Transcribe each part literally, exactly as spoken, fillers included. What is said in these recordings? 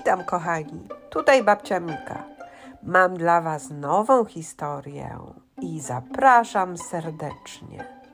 Witam, kochani, tutaj babcia Mika. Mam dla was nową historię i zapraszam serdecznie.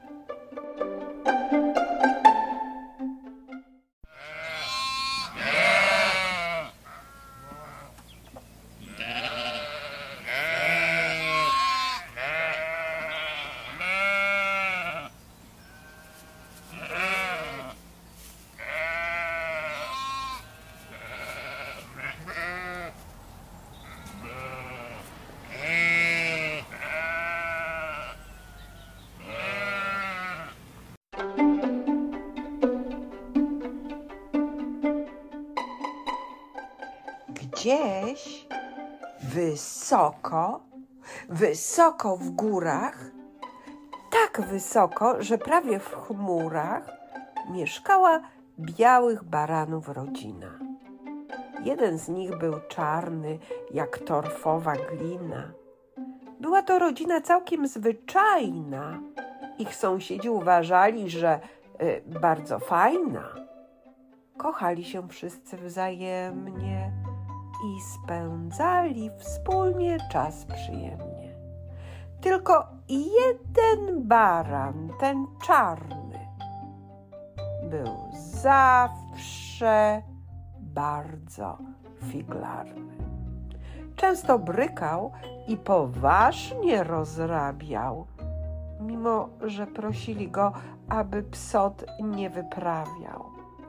Gdzieś wysoko, wysoko w górach, tak wysoko, że prawie w chmurach, mieszkała białych baranów rodzina. Jeden z nich był czarny, jak torfowa glina. Była to rodzina całkiem zwyczajna. Ich sąsiedzi uważali, że y, bardzo fajna. Kochali się wszyscy wzajemnie i spędzali wspólnie czas przyjemnie. Tylko jeden baran, ten czarny, był zawsze bardzo figlarny. Często brykał i poważnie rozrabiał, mimo że prosili go, aby psot nie wyprawiał.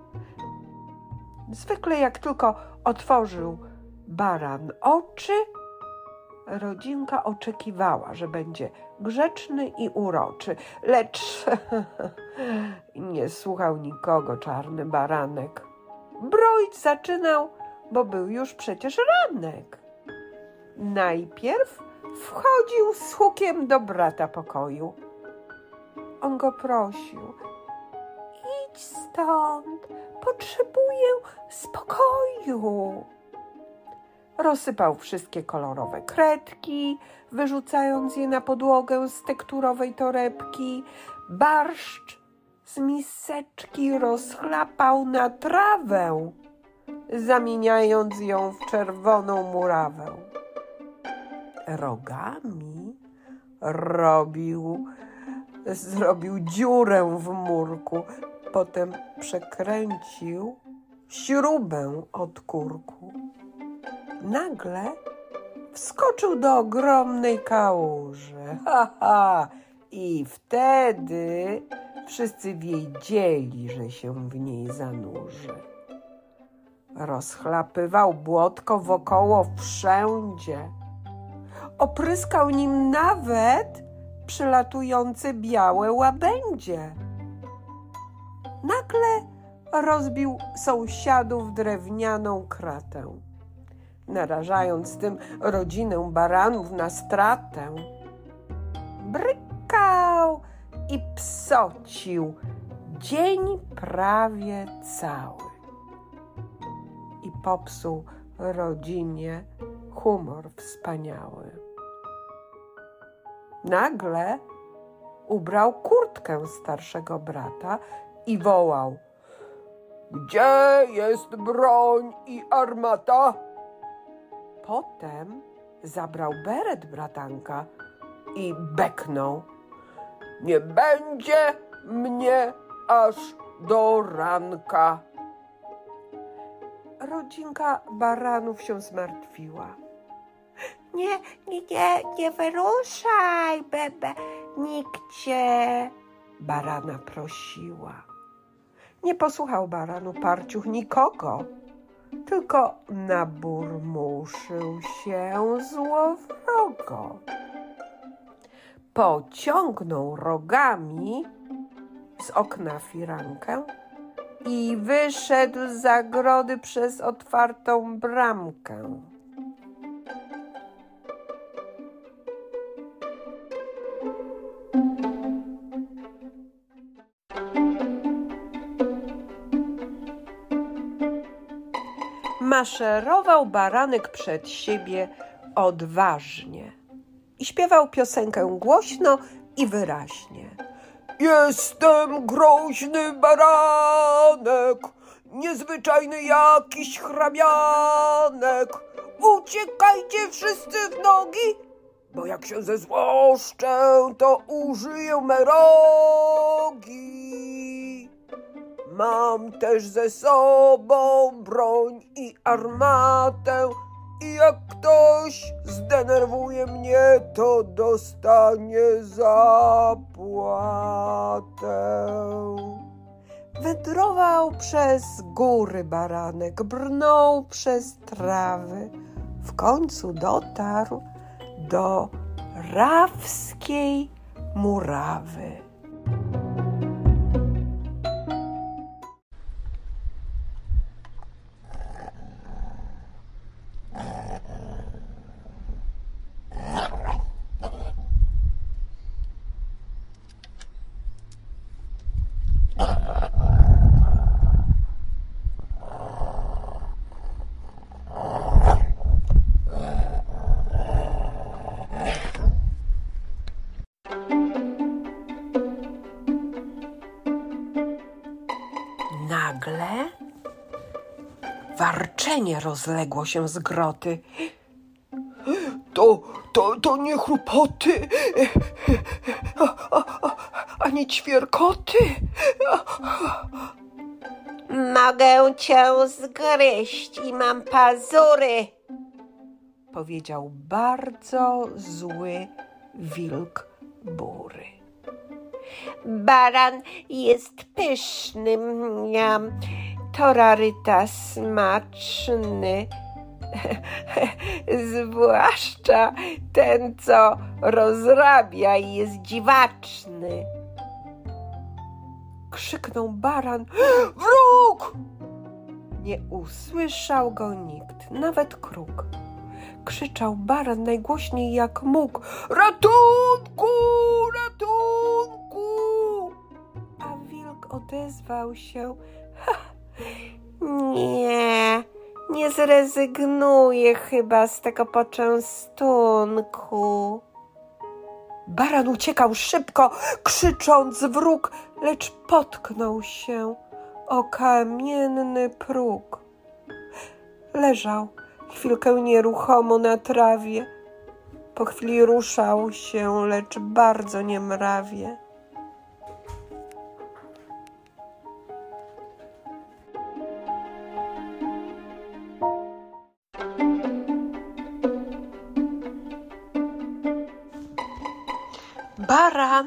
Zwykle jak tylko otworzył baran oczy, rodzinka oczekiwała, że będzie grzeczny i uroczy, lecz nie słuchał nikogo czarny baranek. Broić zaczynał, bo był już przecież ranek. Najpierw wchodził z hukiem do brata pokoju. On go prosił: idź stąd, potrzebuję spokoju. Rozsypał wszystkie kolorowe kredki, wyrzucając je na podłogę z tekturowej torebki. Barszcz z miseczki rozchlapał na trawę, zamieniając ją w czerwoną murawę. Rogami robił, zrobił dziurę w murku, potem przekręcił śrubę od kurku. Nagle wskoczył do ogromnej kałuży. Ha, ha! I wtedy wszyscy wiedzieli, że się w niej zanurzy. Rozchlapywał błotko wokoło wszędzie. Opryskał nim nawet przylatujące białe łabędzie. Nagle rozbił sąsiadów drewnianą kratę, narażając tym rodzinę baranów na stratę. Brykał i psocił dzień prawie cały i popsuł rodzinie humor wspaniały. Nagle ubrał kurtkę starszego brata i wołał: gdzie jest broń i armata? Potem zabrał beret bratanka i beknął: nie będzie mnie aż do ranka. Rodzinka baranów się zmartwiła. Nie, nie, nie, nie wyruszaj, bebe, nikcie, barana prosiła. Nie posłuchał baranu parciuch nikogo, tylko naburmuszył się złowrogo. Pociągnął rogami z okna firankę i wyszedł z zagrody przez otwartą bramkę. Maszerował baranek przed siebie odważnie i śpiewał piosenkę głośno i wyraźnie. Jestem groźny baranek, niezwyczajny jakiś hrabianek. Uciekajcie wszyscy w nogi, bo jak się zezłoszczę, to użyję merogi. Mam też ze sobą broń i armatę i jak ktoś zdenerwuje mnie, to dostanie zapłatę. Wędrował przez góry baranek, brnął przez trawy. W końcu dotarł do Rawskiej Murawy. Nagle warczenie rozległo się z groty. To, to, to nie chrupoty, ani ćwierkoty. Mogę cię zgryźć i mam pazury, powiedział bardzo zły wilk bury. Baran jest pyszny, miam, to raryta smaczny, zwłaszcza ten, co rozrabia i jest dziwaczny. Krzyknął baran. Wróg! Nie usłyszał go nikt, nawet kruk. Krzyczał baran najgłośniej jak mógł. Ratunku! Ratunku! A wilk odezwał się. Ha, nie, nie zrezygnuję chyba z tego poczęstunku. Baran uciekał szybko, krzycząc wróg, lecz potknął się o kamienny próg. Leżał chwilkę nieruchomo na trawie. Po chwili ruszał się, lecz bardzo niemrawie. Baran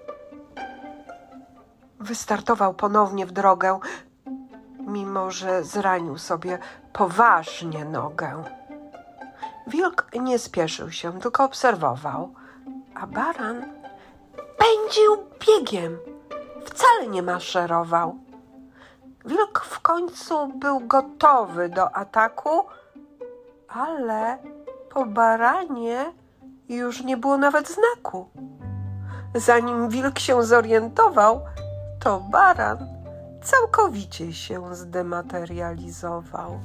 wystartował ponownie w drogę, mimo że zranił sobie poważnie nogę. Wilk nie spieszył się, tylko obserwował, a baran pędził biegiem, wcale nie maszerował. Wilk w końcu był gotowy do ataku, ale po baranie już nie było nawet znaku. Zanim wilk się zorientował, to baran całkowicie się zdematerializował.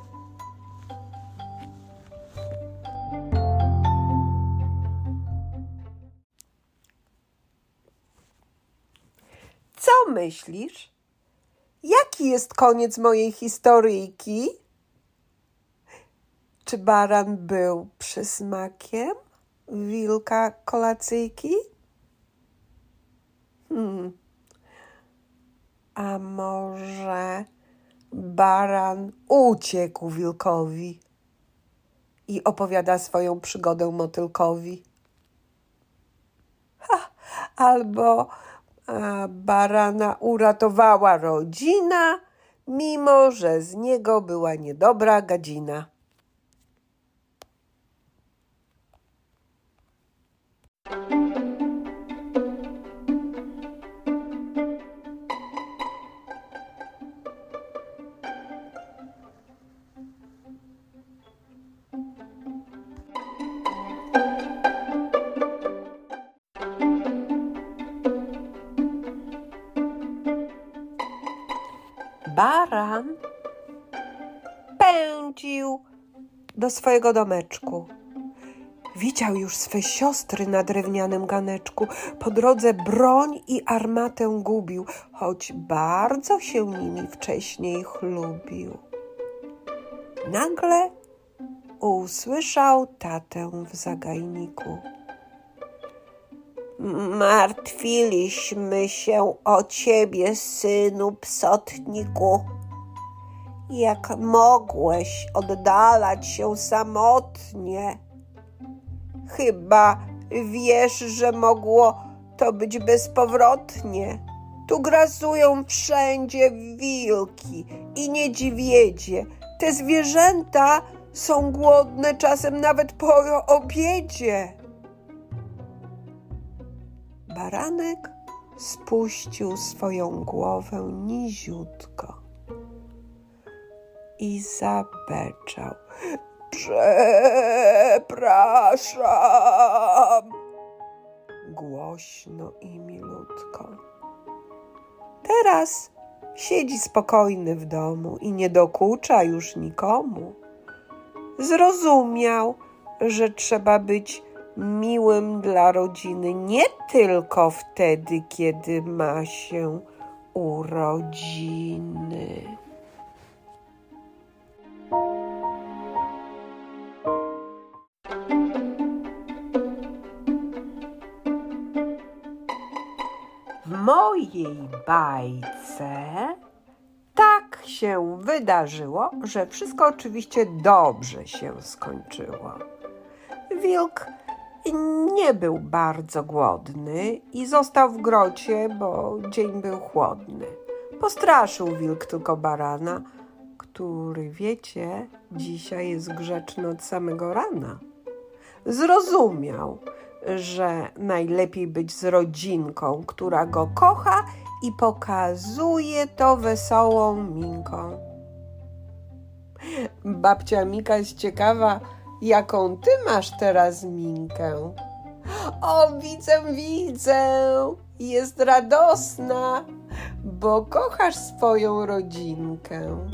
Co myślisz? Jaki jest koniec mojej historyjki? Czy baran był przysmakiem wilka kolacyjki? Hmm. A może baran uciekł wilkowi i opowiada swoją przygodę motylkowi? Ha, albo a, barana uratowała rodzina, mimo że z niego była niedobra gadzina. Baran pędził do swojego domeczku. Widział już swe siostry na drewnianym ganeczku. Po drodze broń i armatę gubił, choć bardzo się nimi wcześniej chlubił. Nagle usłyszał tatę w zagajniku. Martwiliśmy się o ciebie, synu psotniku. Jak mogłeś oddalać się samotnie? Chyba wiesz, że mogło to być bezpowrotnie. Tu grasują wszędzie wilki i niedźwiedzie. Te zwierzęta są głodne czasem nawet po obiedzie. Baranek spuścił swoją głowę niziutko i zabeczał. Przepraszam. Głośno i milutko. Teraz siedzi spokojny w domu i nie dokucza już nikomu. Zrozumiał, że trzeba być miłym dla rodziny nie tylko wtedy, kiedy ma się urodziny. W mojej bajce tak się wydarzyło, że wszystko oczywiście dobrze się skończyło. Wilk nie był bardzo głodny i został w grocie, bo dzień był chłodny. Postraszył wilk tylko barana, który, wiecie, dzisiaj jest grzeczny od samego rana. Zrozumiał, że najlepiej być z rodzinką, która go kocha i pokazuje to wesołą minką. Babcia Mika jest ciekawa, jaką ty masz teraz minkę. O, widzę, widzę, jest radosna, bo kochasz swoją rodzinkę.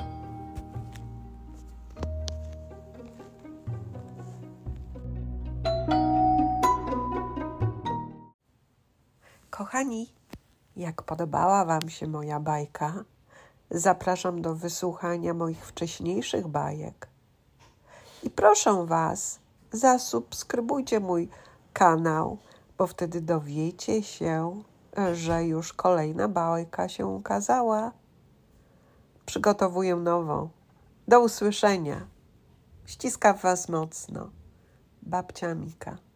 Kochani, jak podobała wam się moja bajka, zapraszam do wysłuchania moich wcześniejszych bajek. I proszę was, zasubskrybujcie mój kanał, bo wtedy dowiecie się, że już kolejna bajka się ukazała. Przygotowuję nową. Do usłyszenia. Ściskam was mocno. Babcia Mika.